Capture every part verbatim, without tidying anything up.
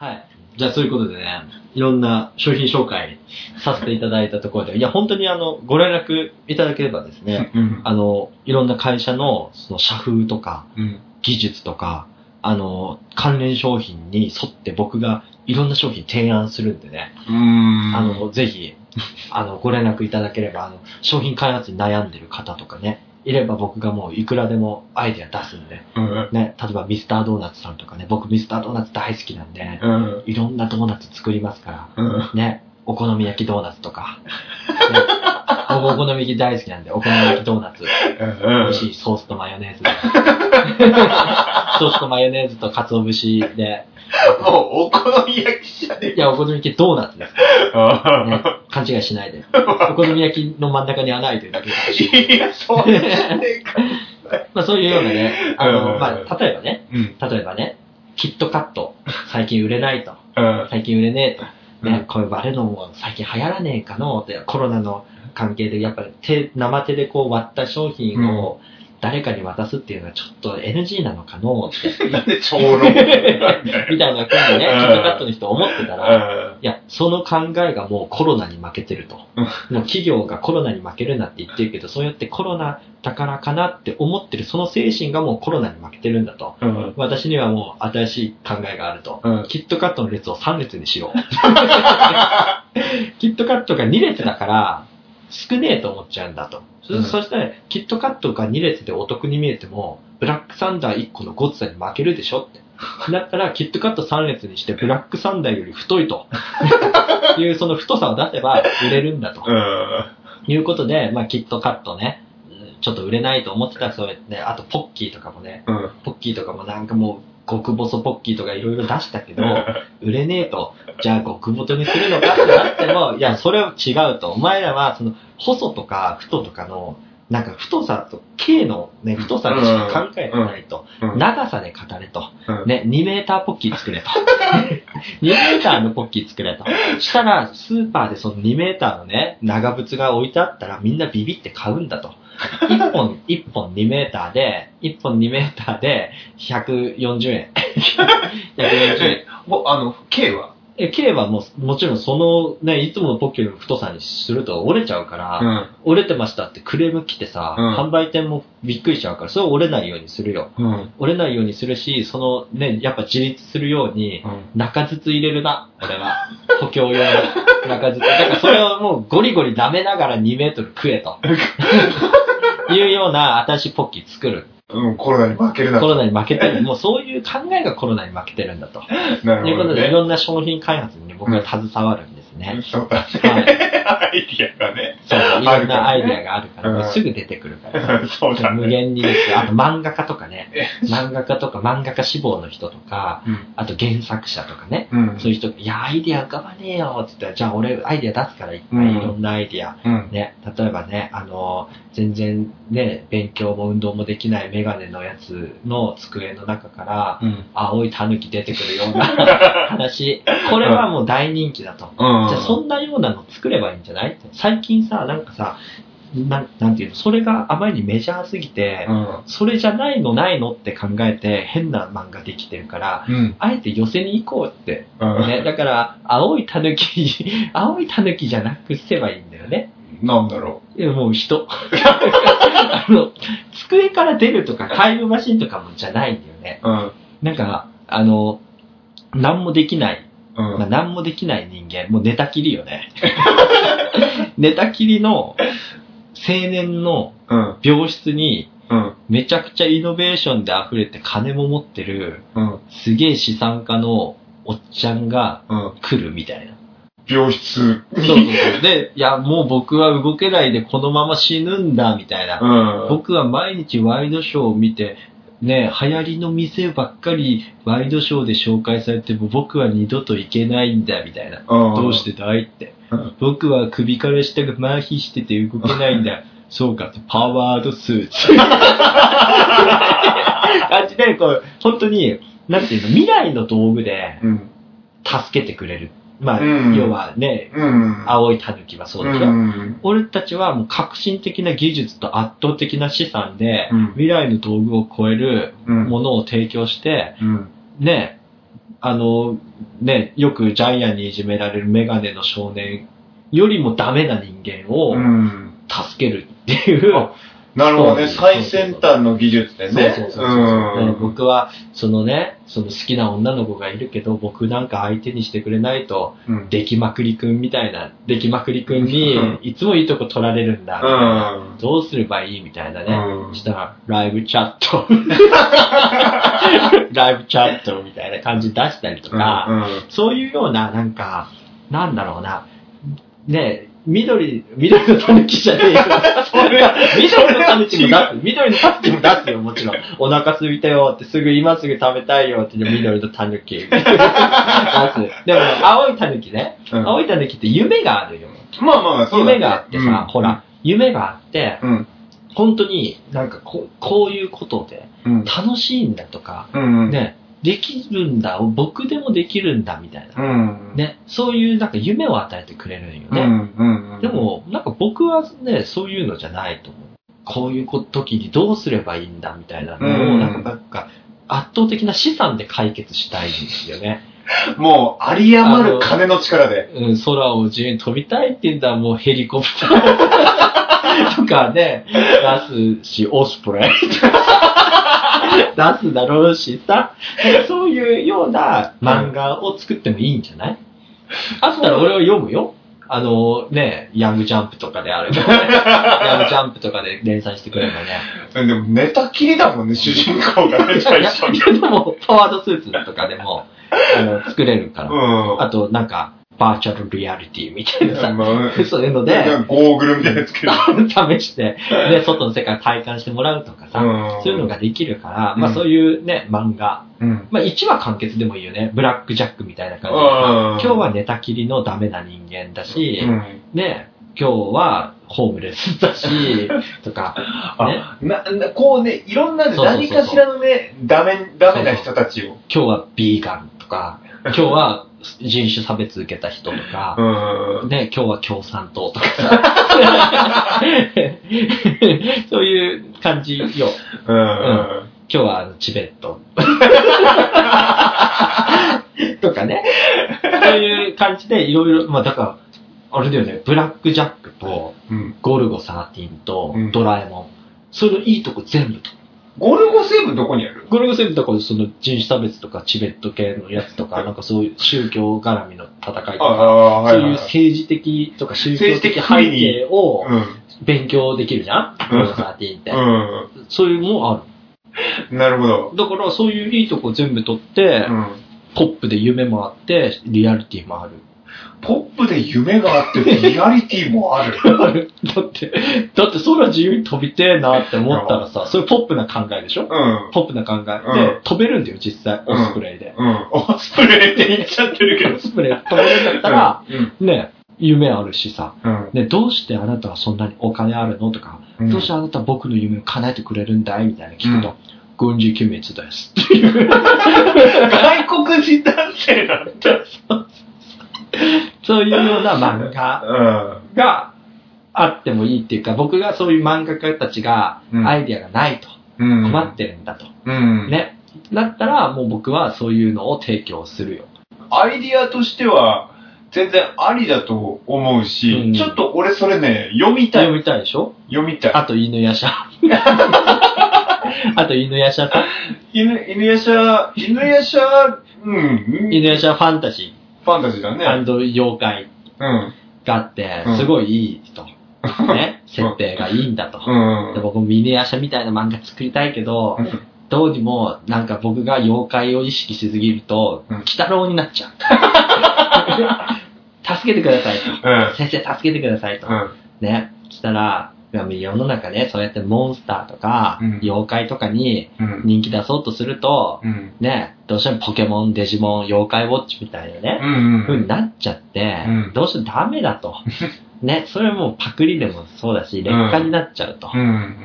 はい。じゃあそういうことでね、いろんな商品紹介させていただいたところで、いや本当にあの、ご連絡いただければですね、うん、あの、いろんな会社のその社風とか、うん、技術とか、あの、関連商品に沿って僕がいろんな商品提案するんでね、うーん、あの、ぜひ、あの、ご連絡いただければ、あの、商品開発に悩んでる方とかね、いれば僕がもういくらでもアイデア出すんで、うん、ね、例えばミスタードーナツさんとかね、僕ミスタードーナツ大好きなんで、うん、いろんなドーナツ作りますから、うん、ね、お好み焼きドーナツとか、ね、僕お好み焼き大好きなんで、お好み焼きドーナツ、うん、美味しいソースとマヨネーズで、ソースとマヨネーズと鰹節で、 もうお好み焼きじゃねえ。 いや、お好み焼きドーナツですから、ね。勘違いしないで。お好み焼きの真ん中に穴開いてるだけかもしれない。いや、そうじゃねえか。まあそういうようなね、あの、まあ例えばね、うん、例えばね、キットカット、最近売れないと。うん、最近売れねえと。ね、うん、こういうバレのも最近流行らねえかのって、コロナの関係でやっぱり手、生手でこう割った商品を、うん誰かに渡すっていうのはちょっと エヌジー なのかのって。 なんで超論みたいな風にね、キットカットの人思ってたら、いや、その考えがもうコロナに負けてると。もう企業がコロナに負けるなって言ってるけど、そうやってコロナだからかなって思ってるその精神がもうコロナに負けてるんだと。うん、私にはもう新しい考えがあると。うん、キットカットの列をさん列にしよう。キットカットがに列だから、少ねえと思っちゃうんだと。うん、そしたら、キットカットがに列でお得に見えても、ブラックサンダーいっこのごつさに負けるでしょって。だったら、キットカットさん列にして、ブラックサンダーより太いと。いう、その太さを出せば売れるんだと。うん、いうことで、まあ、キットカットね、ちょっと売れないと思ってたら、そうやってね、あとポッキーとかもね、うん、ポッキーとかもなんかもう、極細ポッキーとかいろいろ出したけど、売れねえと、じゃあ極細にするのかってなっても、いや、それは違うと。お前らは、その、細とか太とかの、なんか太さと径のね、太さでしか考えてないと。うんうん、長さで語れと。うん、ね、にメーターポッキー作れと。にメーターのポッキー作れと。したら、スーパーでそのにメーターのね、長靴が置いてあったらみんなビビって買うんだと。いっぽん、いっぽんにメーターで、いっぽんにメーターでひゃくよんじゅうえん。ひゃくよんじゅうえん。 もう、あの、径はえ、K はもう、もちろんそのね、いつものポッキーの太さにすると折れちゃうから、うん、折れてましたってクレーム来てさ、うん、販売店もびっくりしちゃうから、それを折れないようにするよ。うん、折れないようにするし、そのね、やっぱ自立するように、中筒入れるな、俺は。補強用の中筒。だからそれをもうゴリゴリ舐めながらにメートル食えと。いうような私ポッキー作る。 うん、コロナに負けるな。 コロナに負けてる。もうそういう考えがコロナに負けてるんだと。なるほど、ね。ということで、いろんな商品開発に、ね、僕が携わるんですね。 うん、そうだね。はい、アイディアがね。 そう、いろんなアイディアがあるから、うん、すぐ出てくるから。 そうだね。 無限にですよ。あと漫画家とかね。漫画家とか漫画家志望の人とか、うん、あと原作者とかね。うん、そういう人、いや、アイディア浮かばねえよって言ったら、じゃあ俺アイディア出すからいっぱいいろんなアイディア。うん、ね。例えばね、あの、全然ね、勉強も運動もできないメガネのやつの机の中から、うん、青い狸出てくるような話。これはもう大人気だと。うん、じゃあそんなようなの作ればいいんじゃないって最近さ、なんかさ、な, なんていうの、それがあまりにメジャーすぎて、うん、それじゃないのないのって考えて変な漫画できてるから、うん、あえて寄せに行こうって。うんね、だから、青い狸、青い狸じゃなくせばいいんだよね。 なんだろう。いや、もう人。あの、机から出るとかタイムマシンとかもじゃないんだよね。うん、なんか、あの、何もできない。うんまあ、何もできない人間。もう寝たきりよね。寝たきりの青年の病室に、めちゃくちゃイノベーションで溢れて金も持ってる、うん、すげえ資産家のおっちゃんが来るみたいな。 病室。 そうそうそう。で、いや、もう僕は動けないでこのまま死ぬんだ、みたいな。うん、僕は毎日ワイドショーを見て、ね、流行りの店ばっかりワイドショーで紹介されても僕は二度と行けないんだ、みたいな。うん、どうしてだいって。うん、僕は首から下が麻痺してて動けないんだ。そうか、パワードスーツ。感じで、こう、本当に、なんていうの、未来の道具で助けてくれる。まあ、うん、要はね、うん、青い狸はそうでしょ、うん、俺たちはもう革新的な技術と圧倒的な資産で、うん、未来の道具を超えるものを提供して、うん、ね、 あの、ね、よくジャイアンにいじめられるメガネの少年よりもダメな人間を助けるっていう、 うん、なるほどね。最先端の技術でね。 そうそうそうそう、うん、僕は、そのね、その好きな女の子がいるけど、僕なんか相手にしてくれないと、うん、出来まくりくんみたいな、出来まくりくんに、いつもいいとこ取られるんだ、みたいな、うん、どうすればいいみたいなね。うん、したら、ライブチャット。ライブチャットみたいな感じ出したりとか、うんうん、そういうような、なんか、なんだろうな、ね、緑、緑のタヌキじゃねえよ。緑のタヌキも出す。緑のタヌキも出すよ、もちろん。お腹空いたよって、すぐ今すぐ食べたいよって緑のタヌキ。出す。でも、青いタヌキね。うん、青いタヌキって夢があるよ。 まあまあ、そうだね。 夢があってさ、うん、ほら、夢があって、うん、本当になんかこう、こういうことで楽しいんだとか、うん、ね、できるんだ、僕でもできるんだみたいな、うんね、そういうなんか夢を与えてくれるんよね、うんうんうん、でもなんか僕はねそういうのじゃないと思う。こういう時にどうすればいいんだみたいなのを、うん、なんかなんか圧倒的な資産で解決したいんですよね。 もう、有り余る金の力で。 うん、空を自由に飛びたいって言ったらもうヘリコプターとかね、出すし、オスプレイ出すだろうしさ、そういうような漫画を作ってもいいんじゃない？あったら俺は読むよ。あのね、ヤングジャンプとかである、ね、ヤングジャンプとかで連載してくれるのね。 でもネタ切りだもんね、主人公がね、最初に。 でも、パワードスーツとかでも、あの、作れるから。うん、あと、なんか、バーチャルリアリティみたいなさ、まあ、そういうので、 ゴーグルみたいなやつけど試して、で、外の世界を体感してもらうとかさ、うん、そういうのができるから、まあそういうね、漫画、うん、まあいちわ完結でもいいよね。ブラックジャックみたいな感じで、今日は寝たきりのダメな人間だし、うん、ね、今日はホームレスだし、とか、 ね、ななこうね、いろんな何かしらのね、ダメ、ダメな人たちを。 今日はビーガンとか、今日は人種差別受けた人とか、ね、今日は共産党とかさ、そういう感じよ。うん、今日はチベットとかね、そういう感じでいろいろ、まあだから、あれだよね、ブラックジャックと、ゴルゴじゅうさんと、ドラえもん、それのいいとこ全部と。 ゴルゴセブンどこにある？ ゴルゴセブンとかその人種差別とかチベット系のやつとか、なんかそういう宗教絡みの戦いとか、そういう政治的とか宗教的背景を勉強できるじゃん？ゴルゴじゅうさんって。うん、そういうのもある。なるほど。 だからそういういいとこ全部取って、うん、ポップで夢もあって、リアリティもある。 ポップで夢があってリアリティもある。 だって、だって空自由に飛びてえなって思ったらさ、それポップな考えでしょ？うん。ポップな考えで、うん、飛べるんだよ、実際。オスプレイで。 うん。うん、オスプレイって言っちゃってるけど。 オスプレイ飛べるんだったら、うん、ね、夢あるしさ、うん、ね、どうしてあなたはそんなにお金あるのとか、うん、どうしてあなたは僕の夢を叶えてくれるんだいみたいな聞くと、うん、軍事機密です。っていう。 外国人男性なんだ。 そういうような漫画があってもいいっていうか、僕がそういう漫画家たちがアイディアがないと、うん、困ってるんだと、うん、ね、だったらもう僕はそういうのを提供するよ。 アイディアとしては全然ありだと思うし、うん、ちょっと俺それね読みたい。 読みたいでしょ？ 読みたい。 あと犬夜叉。あと犬夜叉さん。 犬犬夜叉犬夜叉うん。 犬夜叉ファンタジー。 ファンタジーだね。 アンド妖怪があって、すごいいいと。うん、ね。設定がいいんだと。うん、で僕も犬夜叉みたいな漫画作りたいけど、うん、どうにもなんか僕が妖怪を意識しすぎると、鬼太郎になっちゃう。助けてくださいと。うん、先生助けてくださいと。うん、ね。そしたら、世の中ね、そうやってモンスターとか、うん、妖怪とかに人気出そうとすると、うん、ね、どうしてもポケモン、デジモン、妖怪ウォッチみたいなね、うんうん、風になっちゃって、うん、どうしてもダメだと。ね、それはもうパクリでもそうだし、劣化になっちゃうと。うん、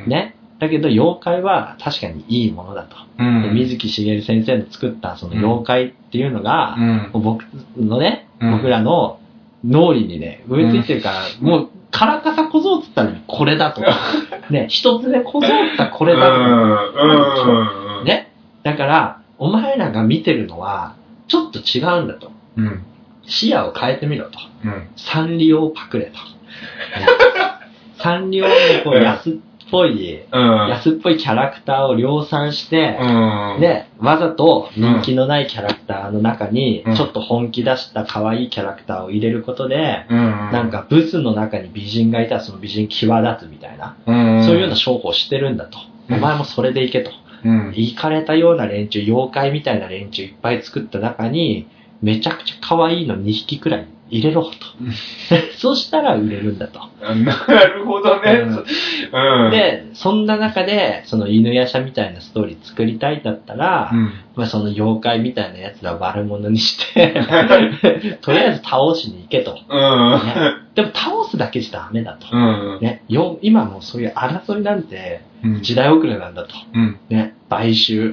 ね。だけど妖怪は確かにいいものだと。うん、水木しげる先生の作ったその妖怪っていうのが、うん、僕のね、うん、僕らの脳裏にね、植え付いてるから、うん、もう、カラカサ小僧っつったらこれだとか、ね、一つ目小僧ったらこれだとか、ね。だから、お前らが見てるのは、 ちょっと違うんだと。 うん。 視野を変えてみろと。 うん。 サンリオをパクれと。サンリオのこう安っぽい、うん、安っぽいキャラクターを量産して、うん、で、わざと人気のないキャラクターの中に、ちょっと本気出した可愛いキャラクターを入れることで、うん、なんかブスの中に美人がいたらその美人際立つみたいな、うん、そういうような商法をしてるんだと。うん、お前もそれでいけと。うん、イカれたような連中、妖怪みたいな連中いっぱい作った中に、めちゃくちゃ可愛いのにひきくらい入れろと。そうしたら売れるんだと。 なるほどね、 うんうん。で、そんな中で、その犬夜叉みたいなストーリー作りたいだったら、うん、まあその妖怪みたいなやつらを悪者にして、とりあえず倒しに行けと、うんね。でも倒すだけじゃダメだと。うんね、よ今もうそういう争いなんて時代遅れなんだと。うんね、買収。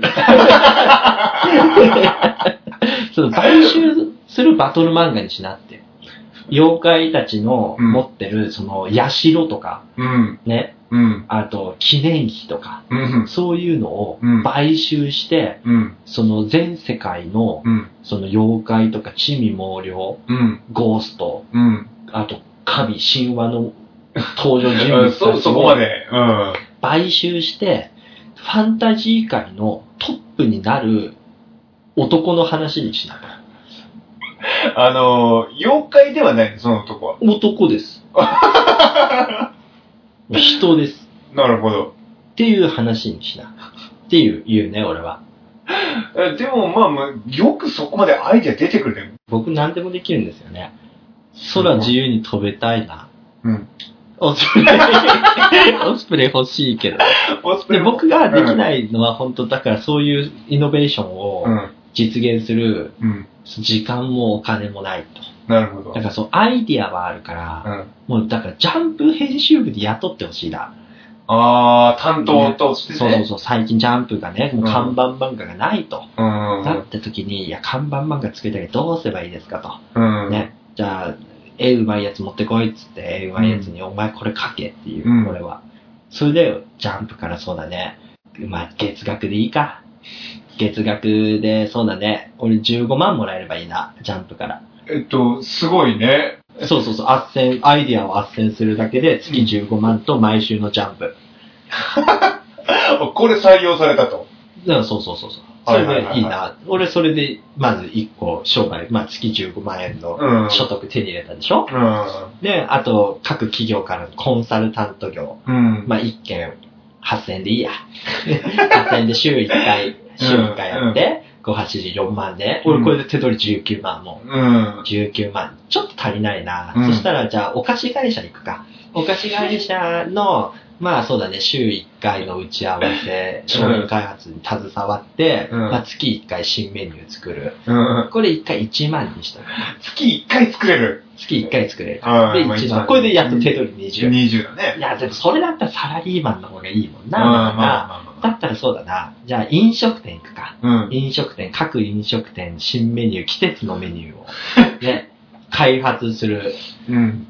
その買収するバトル漫画にしなって。妖怪たちの持ってる、その、社とか、うん、ね、うん、あと、記念碑とか、うん、そういうのを買収して、うん、その全世界の、うん、その妖怪とか、魑魅魍魎、うん、ゴースト、うん、あと、神、神話の登場人物たちを買収して、ファンタジー界のトップになる男の話にしなかった。 あのー、妖怪ではないの、その男は。 男です。人です。 なるほど。 っていう話にしな。っていう、言うね、俺は。 でも、まあ、まあ、よくそこまでアイデア出てくるね。 僕何でもできるんですよね。空自由に飛べたいな。うん。オスプレイ。オスプレイ欲しいけど。オスプレイで僕ができないのは本当だからそういうイノベーションを実現する、うん、時間もお金もないと。 なるほど。 だからそうアイディアはあるから、うん、もうだからジャンプ編集部で雇ってほしいな。 ああ、担当としてね。 そうそうそう、最近ジャンプがね、もう看板漫画がないと。うん、なった時に、いや、看板漫画作りたいけどどうすればいいですかと。うん、ね。じゃあ、絵うまいやつ持ってこいっつって、絵うまいやつに、うん、お前これ書けっていう、うん、これは。それで、ジャンプからそうだね。まあ、月額でいいか。月額で、そうだね。俺じゅうごまんもらえればいいな、ジャンプから。 えっと、すごいね。 そうそうそう、斡旋、アイディアを斡旋するだけで月じゅうごまんと毎週のジャンプ。 これ採用されたと。 そうそうそうそう。それでいいな。俺それで、まずいっこ商売、まあ月じゅうごまんえんの所得手に入れたでしょ、うん、で、あと各企業からのコンサルタント業。うん、まあいっけんはっせんえんでいいや。はっせんえんで週いっかい、週いっかいやって、ご、はち、よんまんで、俺これで手取りじゅうきゅうまんも。うん、じゅうきゅうまん。ちょっと足りないな。うん、そしたらじゃあお菓子会社行くか。お菓子会社の、まあそうだね、週いっかいの打ち合わせ、商品開発に携わって、うん、まあ月いっかい新メニュー作る。うん、これいっかいいちまんにした。 月いっかい作れる。 月いっかい作れる。で、いちまん。これでやっと手取りにじゅう。 にじゅうだね。 いや、でもそれだったらサラリーマンの方がいいもんな。まあまあだったらそうだな。じゃあ飲食店行くか。うん、飲食店、各飲食店、新メニュー、季節のメニューを。ね。開発する、うん。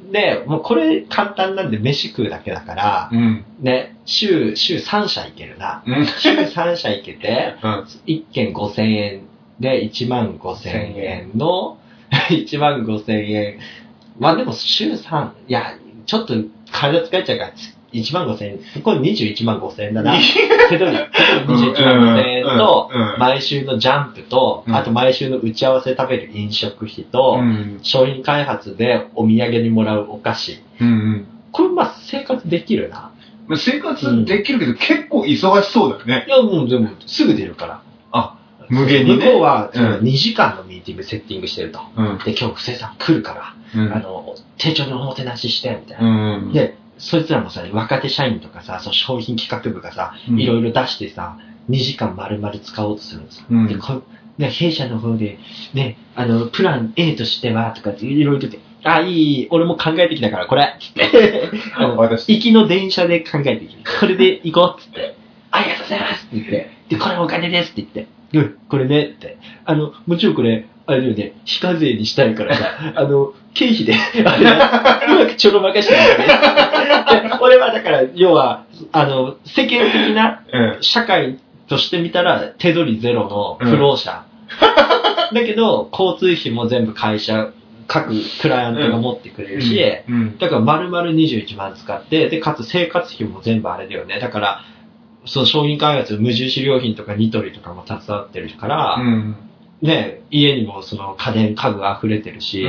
で、もうこれ簡単なんで飯食うだけだから、うん、ね、週、週さん社いけるな。うん、週さん社いけて、うん、いっけんごせんえんでいちまんごせんえんの、いちまんごせんえん。まあでも週さん、いや、ちょっと体使えちゃうから、いちまんごせんえん、これにじゅういちまんごせんえんだな。手取り、にじゅういちまんごせんえんと、毎週のジャンプと、あと毎週の打ち合わせ食べる飲食費と、商品開発でお土産にもらうお菓子。これまあ生活できるな。 生活できるけど、結構忙しそうだよね。 いやもうでもすぐ出るから。 あ、無限にね。 向こうはにじかんのミーティングセッティングしてると。で、今日不正さん来るから、あの、丁重におもてなしして、みたいな。で、そいつらもさ、若手社員とかさ、その商品企画部がさ、うん、いろいろ出してさ、にじかん丸々使おうとするんですよ。うん、で、こね、弊社の方で、ね、あの、プラン A としては、とかっていろいろ言って、あ、いい、いい、俺も考えてきたから、これ、つって。あの、行きの電車で考えてきて、これで行こう、つって。ありがとうございますって言って、で、これお金ですって言って、うん、これね、って。あの、もちろんこれ、あれだよね、非課税にしたいからさ、あの、経費で、あれ、うまくちょろまかしてるんだね。俺はだから、要は、あの、世間的な社会として見たら、手取りゼロの不労者。 だけど、交通費も全部会社、各クライアントが持ってくれるし、 うんうん、 だから丸々にじゅういちまん使って、で、かつ生活費も全部あれだよね。だから、その商品開発、無印良品とかニトリとかも携わってるから、うんね、家にもその家電家具溢れてるし、うん、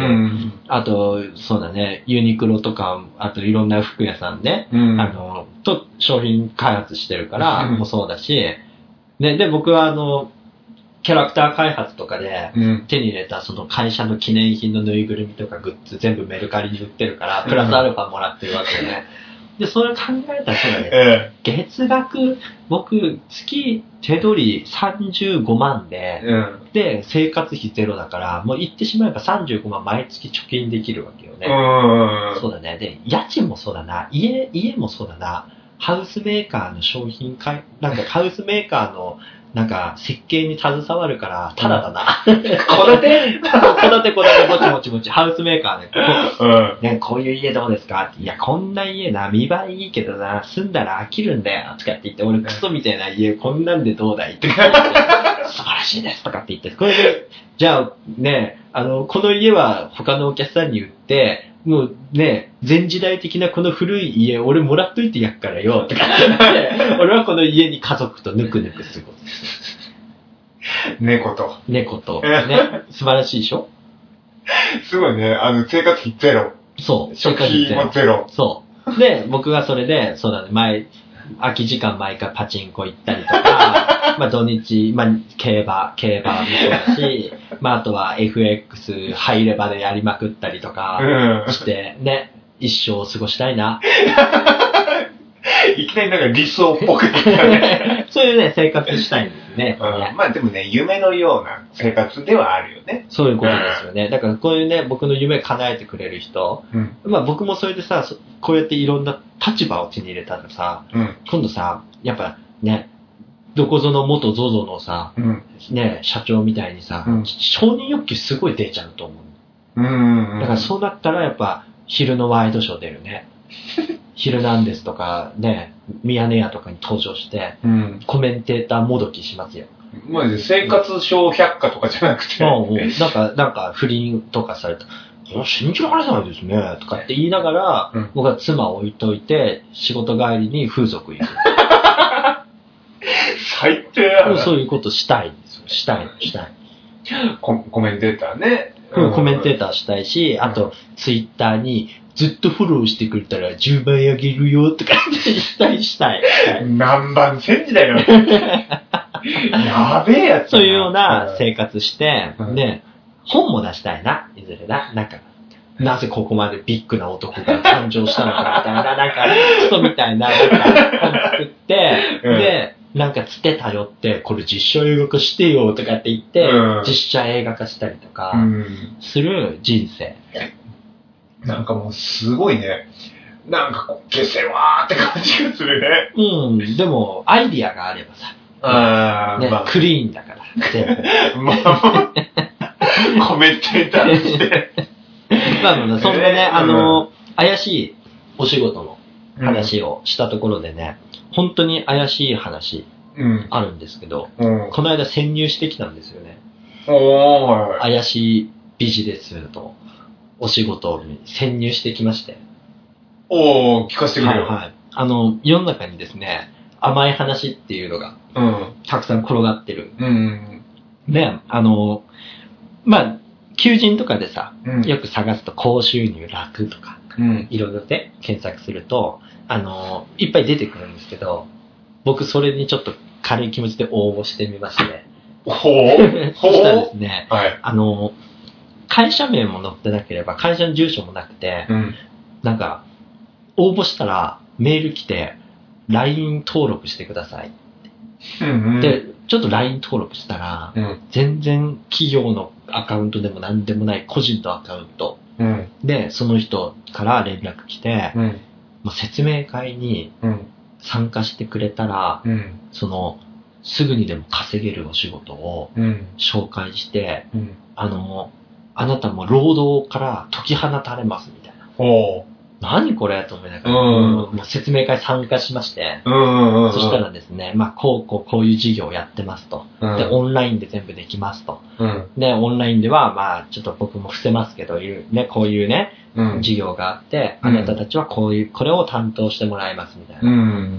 あとそうだね、ユニクロとか、あといろんな服屋さんね、うん、あのと商品開発してるからもそうだし、ね、で僕はあのキャラクター開発とかで手に入れたその会社の記念品のぬいぐるみとかグッズ全部メルカリに売ってるからプラスアルファもらってるわけよね。で、それ考えたらそうだね、ええ、月額、僕、月手取りさんじゅうごまんで、うん、で、生活費ゼロだから、もう言ってしまえばさんじゅうごまん毎月貯金できるわけよね。うん、そうだね。で、家賃もそうだな。家、家もそうだな。ハウスメーカーの商品開、なんかハウスメーカーの、なんか設計に携わるから、ただだな。戸建て戸建て戸建て、もちもちもち、ハウスメーカーで、うんね、こういう家どうですかって、いや、こんな家な、見栄えいいけどな、住んだら飽きるんだよ、とかって言って、俺クソみたいな家、こんなんでどうだいって言って、素晴らしいです、とかって言って、これで、じゃあ、ね、あの、この家は他のお客さんに売って、もうね、前時代的なこの古い家、俺もらっといてやっからよ、とかって言って、俺はこの家に家族とぬくぬく過ごす。 猫と。 猫と。ね。素晴らしいでしょ？ すごいね。あの、生活費ゼロ。 そう。 食費もゼロ。 そう。で、僕がそれで、そうだね、前、空き時間毎回パチンコ行ったりとか、まあ土日、まあ競馬、競馬もそうだし、まああとは エフエックス ハイレバでやりまくったりとかして、ね、一生を過ごしたいな。 いきなりなんか理想っぽく言ったね。 そういうね、生活したいんですね。 うん、まあでもね、夢のような生活ではあるよね。 そういうことですよね。だからこういうね、僕の夢叶えてくれる人、うん、まあ僕もそれでさ、こうやっていろんな立場を手に入れたらさ、うん、今度さ、やっぱね、どこぞの元 ゾゾ のさ、うん、ね、社長みたいにさ、うん、承認欲求すごい出ちゃうと思う。うんうんうん、だからそうなったらやっぱ昼のワイドショー出るね。ヒルナンデスとかね、ミヤネ屋とかに登場して、うん、コメンテーターもどきしますよ。 まあ、生活小百科とかじゃなくて。 うんうん、なんか、なんか不倫とかされた。信じられないですね、とかって言いながら、うん、僕は妻を置いといて、仕事帰りに風俗行く。 最低やな。 そういうことしたいんですよ。したい、したい。 コ, コメンテーターね。 うん、コメンテーターしたいし、あと、ツイッターに、ずっとフォローしてくれたらじゅうまんえんあげるよとかしたいしたい。 何番煎じだよ。やべえやつ。 そういうような生活して、うん、で、本も出したいな、いずれな。なんか、なぜここまでビッグな男が誕生したのかみたいな、なんか、クソみたいな、なんか、本作って、うん、で、なんかつて頼って、これ実写映画化してよとかって言って、うん、実写映画化したりとか、する人生。 なんかもうすごいね。なんかこう、消せわーって感じがするね。 うん。でも、アイディアがあればさ。あね、まあ、クリーンだから。全部。まあ、 コメンテーターとして。 まあまあ、そんなね、えー、あの、怪しいお仕事の話をしたところでね、うん、本当に怪しい話、あるんですけど、うん、この間潜入してきたんですよね。おー。怪しいビジネスのお仕事に潜入してきまして。 おー、聞かせてくれよ。 はいはい。あの、世の中にですね、甘い話っていうのが、うん、たくさん転がってる。うん。で、あの、まあ、求人とかでさ、うん、よく探すと高収入楽とか、うん、いろいろで検索すると、あの、いっぱい出てくるんですけど、僕それにちょっと軽い気持ちで応募してみまして。ほうそしたらですね、はい、あの、会社名も載ってなければ、会社の住所もなくて、うん、なんか、応募したらメール来て、ライン 登録してください。うんうん、で、ちょっと ライン 登録したら、うん、全然企業のアカウントでも何でもない個人のアカウント、うん、で、その人から連絡来て、うん、もう説明会に参加してくれたら、うん、その、すぐにでも稼げるお仕事を紹介して、うん、あの、あなたも労働から解き放たれますみたいな。お何これと思いながら、 うん、 もう説明会参加しまして、 うんうんうん、 そしたらですね、まあ、こう、こう、こういう事業をやってますと。うん、で、オンラインで全部できますと。うん、で、オンラインでは、まあ、ちょっと僕も伏せますけど、ね、こういうね、うん、事業があって、あなたたちはこういう、これを担当してもらいますみたいな。うん、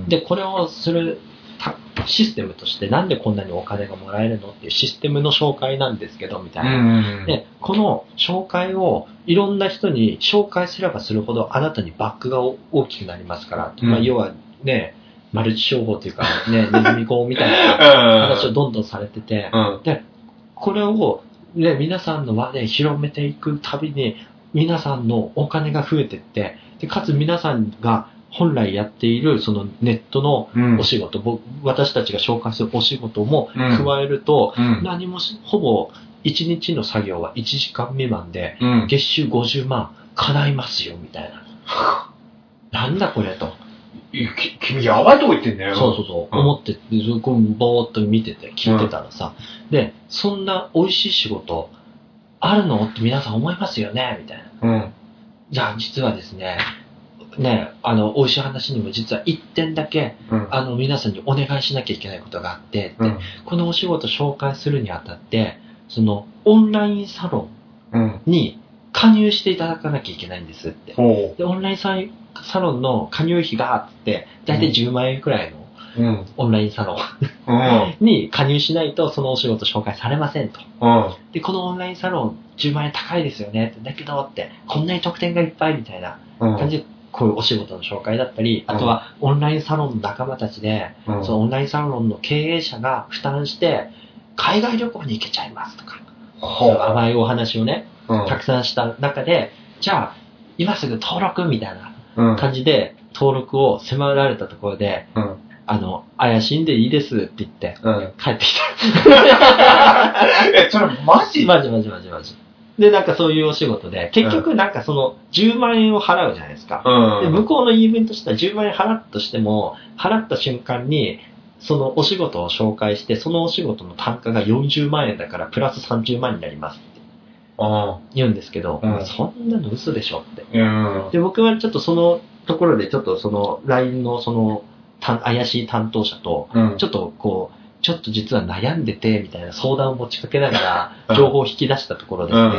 で、これをするシステムとしてなんでこんなにお金がもらえるのっていうシステムの紹介なんですけどみたいな、うん、でこの紹介をいろんな人に紹介すればするほどあなたにバックが大きくなりますから、うん、まあ、要はねマルチ商法というかねネズミ講みたいな話をどんどんされてて、うん、でこれをね皆さんの輪で広めていくたびに皆さんのお金が増えていってでかつ皆さんが本来やっているそのネットのお仕事、うん、私たちが紹介するお仕事も加えると、うん、何もほぼいちにちの作業はいちじかん未満で、うん、月収ごじゅうまん叶いますよみたいな。なんだこれと。 君やばいとこ言ってんだよ。 そうそうそう。うん、思って、こうぼーっと見てて聞いてたらさ、うん、で、そんな美味しい仕事あるのって皆さん思いますよねみたいな。うん、じゃあ実はですね、ね、あの、美味しい話にも実は一点だけ、うん、あの、皆さんにお願いしなきゃいけないことがあって、うん、このお仕事紹介するにあたって、その、オンラインサロンに加入していただかなきゃいけないんですって。うん、で、オンラインサロンの加入費が、つって、だいたいじゅうまんえんくらいの、うん、オンラインサロンに加入しないと、そのお仕事紹介されませんと。うん、で、このオンラインサロンじゅうまんえん高いですよね。だけどって、こんなに特典がいっぱいみたいな感じで、こういうお仕事の紹介だったり、あとはオンラインサロンの仲間たちで、うん、そのオンラインサロンの経営者が負担して海外旅行に行けちゃいますとか、そういう甘いお話をね、うん、たくさんした中で、じゃあ今すぐ登録みたいな感じで登録を迫られたところで、うん、あの怪しんでいいですって言って、うん、帰ってきた。 え、それマジ？ マジマジマジマジ。で、なんかそういうお仕事で、結局なんかそのじゅうまんえんを払うじゃないですか。うん、で向こうの言い分としてはじゅうまんえん払ったとしても、払った瞬間に、そのお仕事を紹介して、そのお仕事の単価がよんじゅうまんえんだからプラスさんじゅうまんになりますって言うんですけど、うん、そんなの嘘でしょって、うん。で、僕はちょっとそのところでちょっとその ライン のその怪しい担当者と、ちょっとこう、ちょっと実は悩んでてみたいな相談を持ちかけながら情報を引き出したところですね、うん、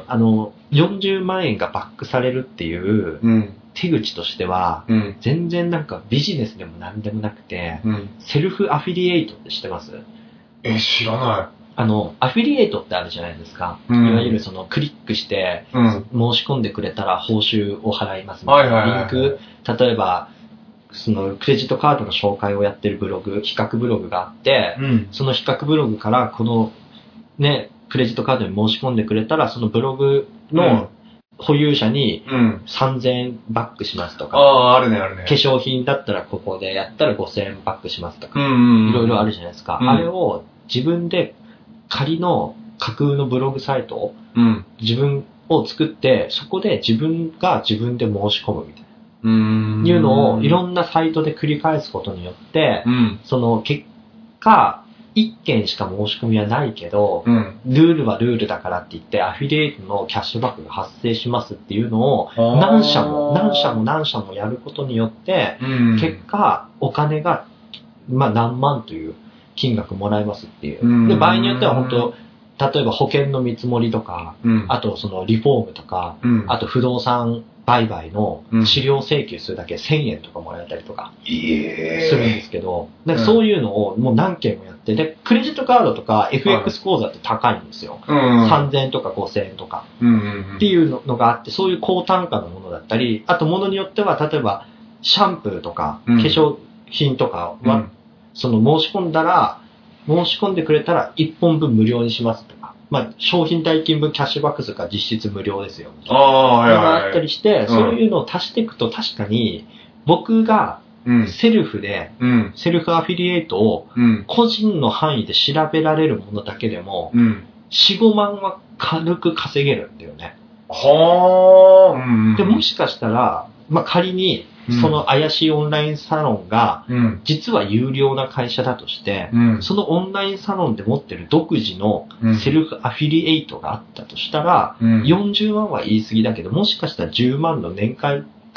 あのよんじゅうまんえんがバックされるっていう手口としては、うん、全然なんかビジネスでも何でもなくて、うん、セルフアフィリエイトって知ってます？ え、知らない。 あのアフィリエイトってあるじゃないですか、うん、いわゆるそのクリックして申し込んでくれたら報酬を払いますみたいな、リンク、例えばそのクレジットカードの紹介をやってるブログ、比較ブログがあって、うん、その比較ブログからこのね、クレジットカードに申し込んでくれたら、そのブログの保有者にさんぜんえんバックしますとか、 うん、ああ、あるねあるね。 化粧品だったらここでやったらごせんえんバックしますとか、いろいろあるじゃないですか、うん。あれを自分で仮の架空のブログサイトを、うん、自分を作って、そこで自分が自分で申し込むみたいな。うーんいうのをいろんなサイトで繰り返すことによって、うん、その結果いっけんしか申し込みはないけど、うん、ルールはルールだからって言ってアフィリエイトのキャッシュバックが発生しますっていうのを何社も何社も何社もやることによって、うん、結果お金が、まあ、何万という金額もらえますっていう、うん、で場合によっては本当例えば保険の見積もりとか、うん、あとそのリフォームとか、うん、あと不動産売買の資料請求するだけせんえんとかもらえたりとかするんですけど、うん、そういうのをもう何件もやって、でクレジットカードとか エフエックス 口座って高いんですよ、うん、さんぜんえんとかごせんえんとか、うん、っていうのがあって、そういう高単価のものだったり、あとものによっては例えばシャンプーとか化粧品とかは、うん、その申し込んだら申し込んでくれたらいっぽんぶん無料にしますとか、まあ、商品代金分キャッシュバックするから実質無料ですよ。ああ、はいはいはい。あったりして、うん、そういうのを足していくと確かに僕がセルフで、うん、セルフアフィリエイトを個人の範囲で調べられるものだけでも、うん、よん、ごまんは軽く稼げるんだよね。はあ、うん、で、もしかしたら、まあ、仮にその怪しいオンラインサロンが実は有料な会社だとして、うん、そのオンラインサロンで持ってる独自のセルフアフィリエイトがあったとしたら、うん、よんじゅうまんは言い過ぎだけど、もしかしたらじゅうまんの年間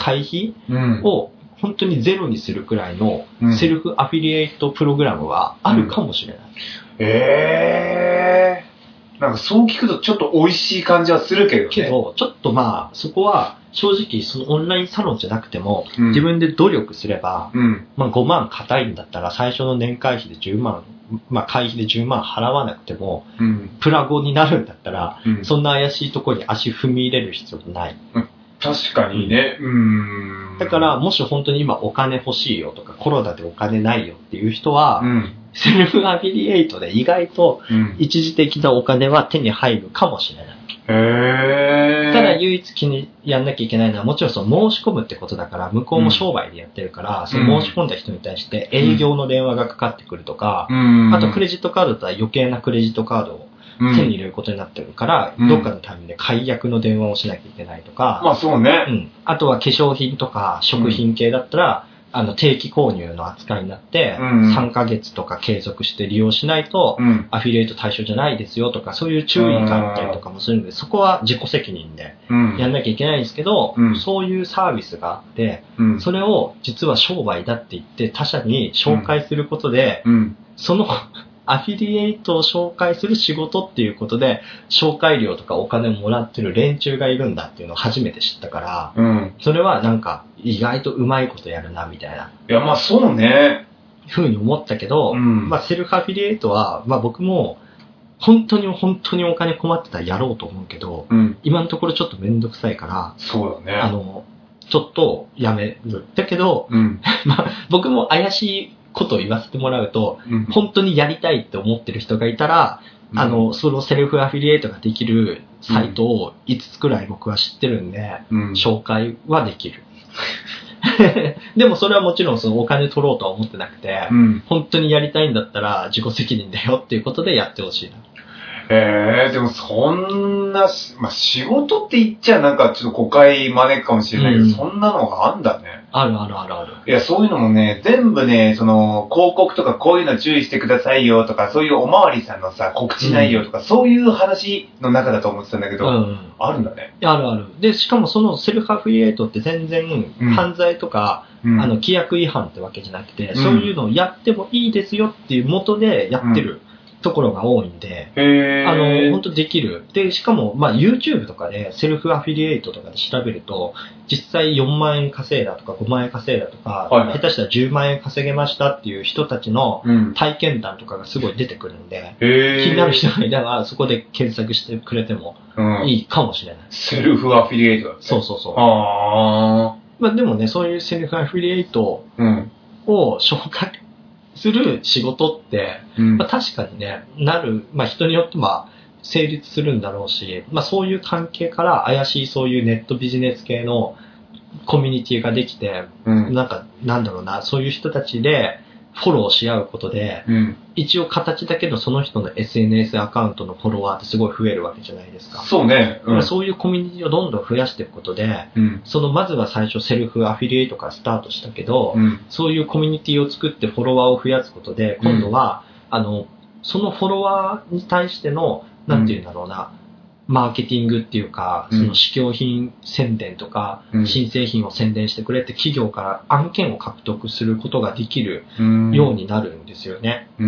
会費を本当にゼロにするくらいのセルフアフィリエイトプログラムはあるかもしれない。 うん、えー、なんかそう聞くとちょっと美味しい感じはするけどね。 けど、ちょっとまあ、そこは正直そのオンラインサロンじゃなくても、うん、自分で努力すれば、うん、まあごまん硬いんだったら最初の年会費でじゅうまん、まあ会費でじゅうまん払わなくても、うん、プラごになるんだったら、うん、そんな怪しいところに足踏み入れる必要ない。 うん確かにね。うん。だから、もし本当に今お金欲しいよとか、コロナでお金ないよっていう人は、うん、セルフアフィリエイトで意外と一時的なお金は手に入るかもしれない。へー。ただ唯一気にやんなきゃいけないのは、もちろんその申し込むってことだから、向こうも商売でやってるから、うん、その申し込んだ人に対して営業の電話がかかってくるとか、うん、あとクレジットカードだったら余計なクレジットカードを手に入れることになってるから、うん、どっかのタイミングで解約の電話をしなきゃいけないとか、 まあそうね。 うん。あとは化粧品とか食品系だったら、うん、あの定期購入の扱いになって、うん、さんかげつとか継続して利用しないと、うん、アフィリエイト対象じゃないですよとか、そういう注意があったりとかもするので、そこは自己責任でやんなきゃいけないんですけど、うん、そういうサービスがあって、うん、それを実は商売だって言って他社に紹介することで、うん、そのアフィリエイトを紹介する仕事っていうことで紹介料とかお金をもらってる連中がいるんだっていうのを初めて知ったから、うん、それはなんか意外とうまいことやるなみたいな。 いやまあそうね。 ふうに思ったけど、うん、まあセルフアフィリエイトはまあ僕も本当に本当にお金困ってたらやろうと思うけど、うん、今のところちょっとめんどくさいから、 そうだね。 あのちょっとやめる。だけど、うん、まあ僕も怪しいことを言わせてもらうと、うん、本当にやりたいって思ってる人がいたら、うん、あの、そのセルフアフィリエイトができるサイトをいつつくらい僕は知ってるんで、うん、紹介はできる。でもそれはもちろんそのお金取ろうとは思ってなくて、うん、本当にやりたいんだったら自己責任だよっていうことでやってほしいな。 えー、でもそんな、まあ、仕事って言っちゃなんかちょっと誤解招くかもしれないけど、うん、そんなのがあんだね。 あるあるあるある。 いや、そういうのもね、全部ね、その、広告とかこういうの注意してくださいよとか、そういうおまわりさんのさ、告知内容とか、うん、そういう話の中だと思ってたんだけど、うん、あるんだね。 あるある。で、しかもそのセルフアフィリエイトって全然犯罪とか、うん、あの、規約違反ってわけじゃなくて、うん、そういうのをやってもいいですよっていう元でやってる。うんところが多いんで、へあの、本当できる。で、しかも、まあ、YouTube とかでセルフアフィリエイトとかで調べると、実際よんまんえん稼いだとかごまんえん稼いだとか、はいはい、下手したらじゅうまんえん稼げましたっていう人たちの体験談とかがすごい出てくるんで、うん、気になる人がいたらそこで検索してくれてもいいかもしれない。うん、 セルフアフィリエイトだって。 そうそうそう。あまあ、でもね、そういうセルフアフィリエイトを紹介、する仕事って、うんまあ、確かにね、なる、まあ人によっては成立するんだろうし、まあそういう関係から怪しいそういうネットビジネス系のコミュニティができて、うん、なんかなんだろうな、そういう人たちでフォローし合うことで、うん、一応形だけどその人の エスエヌエス アカウントのフォロワーってすごい増えるわけじゃないですか。 そうね。 うん、そういうコミュニティをどんどん増やしていくことで、うん、そのまずは最初セルフアフィリエイトからスタートしたけど、うん、そういうコミュニティを作ってフォロワーを増やすことで、今度は、うん、あの、そのフォロワーに対しての、なんていうんだろうな、マーケティングっていうか、その試供品宣伝とか、うん、新製品を宣伝してくれって企業から案件を獲得することができるようになるんですよね。うん、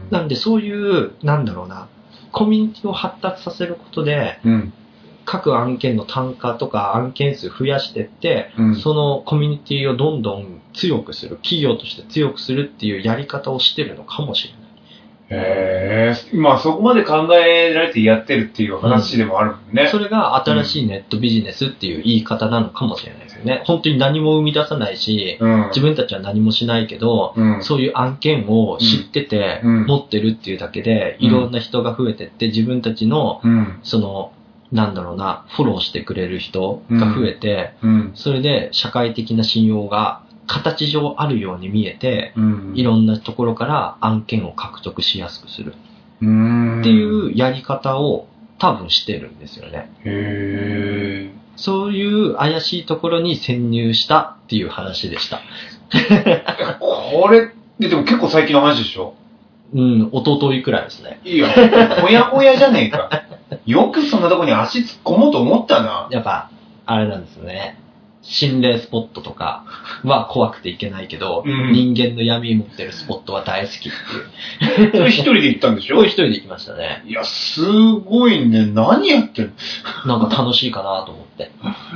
なんでそういう、なんだろうな、コミュニティを発達させることで、うん、各案件の単価とか案件数増やしていって、うん、そのコミュニティをどんどん強くする、企業として強くするっていうやり方をしてるのかもしれない。 へえ、まあそこまで考えられてやってるっていう話でもあるもんね、うん。 それが新しいネットビジネスっていう言い方なのかもしれないですよね。本当に何も生み出さないし、うん、自分たちは何もしないけど、うん、そういう案件を知ってて、持ってるっていうだけで、いろんな人が増えてって自分たちの、その、なんだろうな、フォローしてくれる人が増えて、それで社会的な信用が形上あるように見えて、うん、いろんなところから案件を獲得しやすくするっていうやり方を多分してるんですよね。へー。そういう怪しいところに潜入したっていう話でした。 これででも結構最近の話でしょ？ うん、一昨日くらいですね。 いや、ほやほやじゃねえか。よくそんなとこに足突っ込もうと思ったな。 やっぱ、あれなんですね。 心霊スポットとかは怖くて行けないけど、 うん、 人間の闇持ってるスポットは大好きっていう。 それ一人で行ったんでしょ？ それ一人で行きましたね。 いや、すごいね。何やってんの？なんか楽しいかなと思って。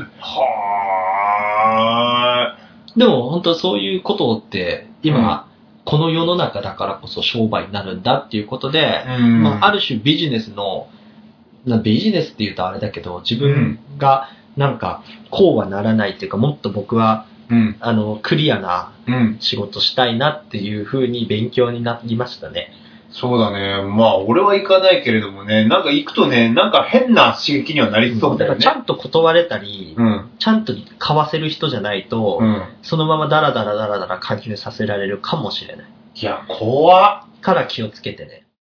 はーい。でも本当そういうことって今、うん、この世の中だからこそ商売になるんだっていうことで、 うんまあ、ある種ビジネスの、ビジネスって言うとあれだけど、自分がなんかこうはならないっていうか、もっと僕は、 うん、 あのクリアな仕事したいなっていう風に勉強になりましたね。 そうだね。まあ俺は行かないけれどもね、なんか行くとね、なんか変な刺激にはなりそうだよね。 だからちゃんと断れたり、 うん、 ちゃんと買わせる人じゃないと、 うん、 そのままダラダラダラダラ加入させられるかもしれない。 いや、怖っ。 から気をつけてね。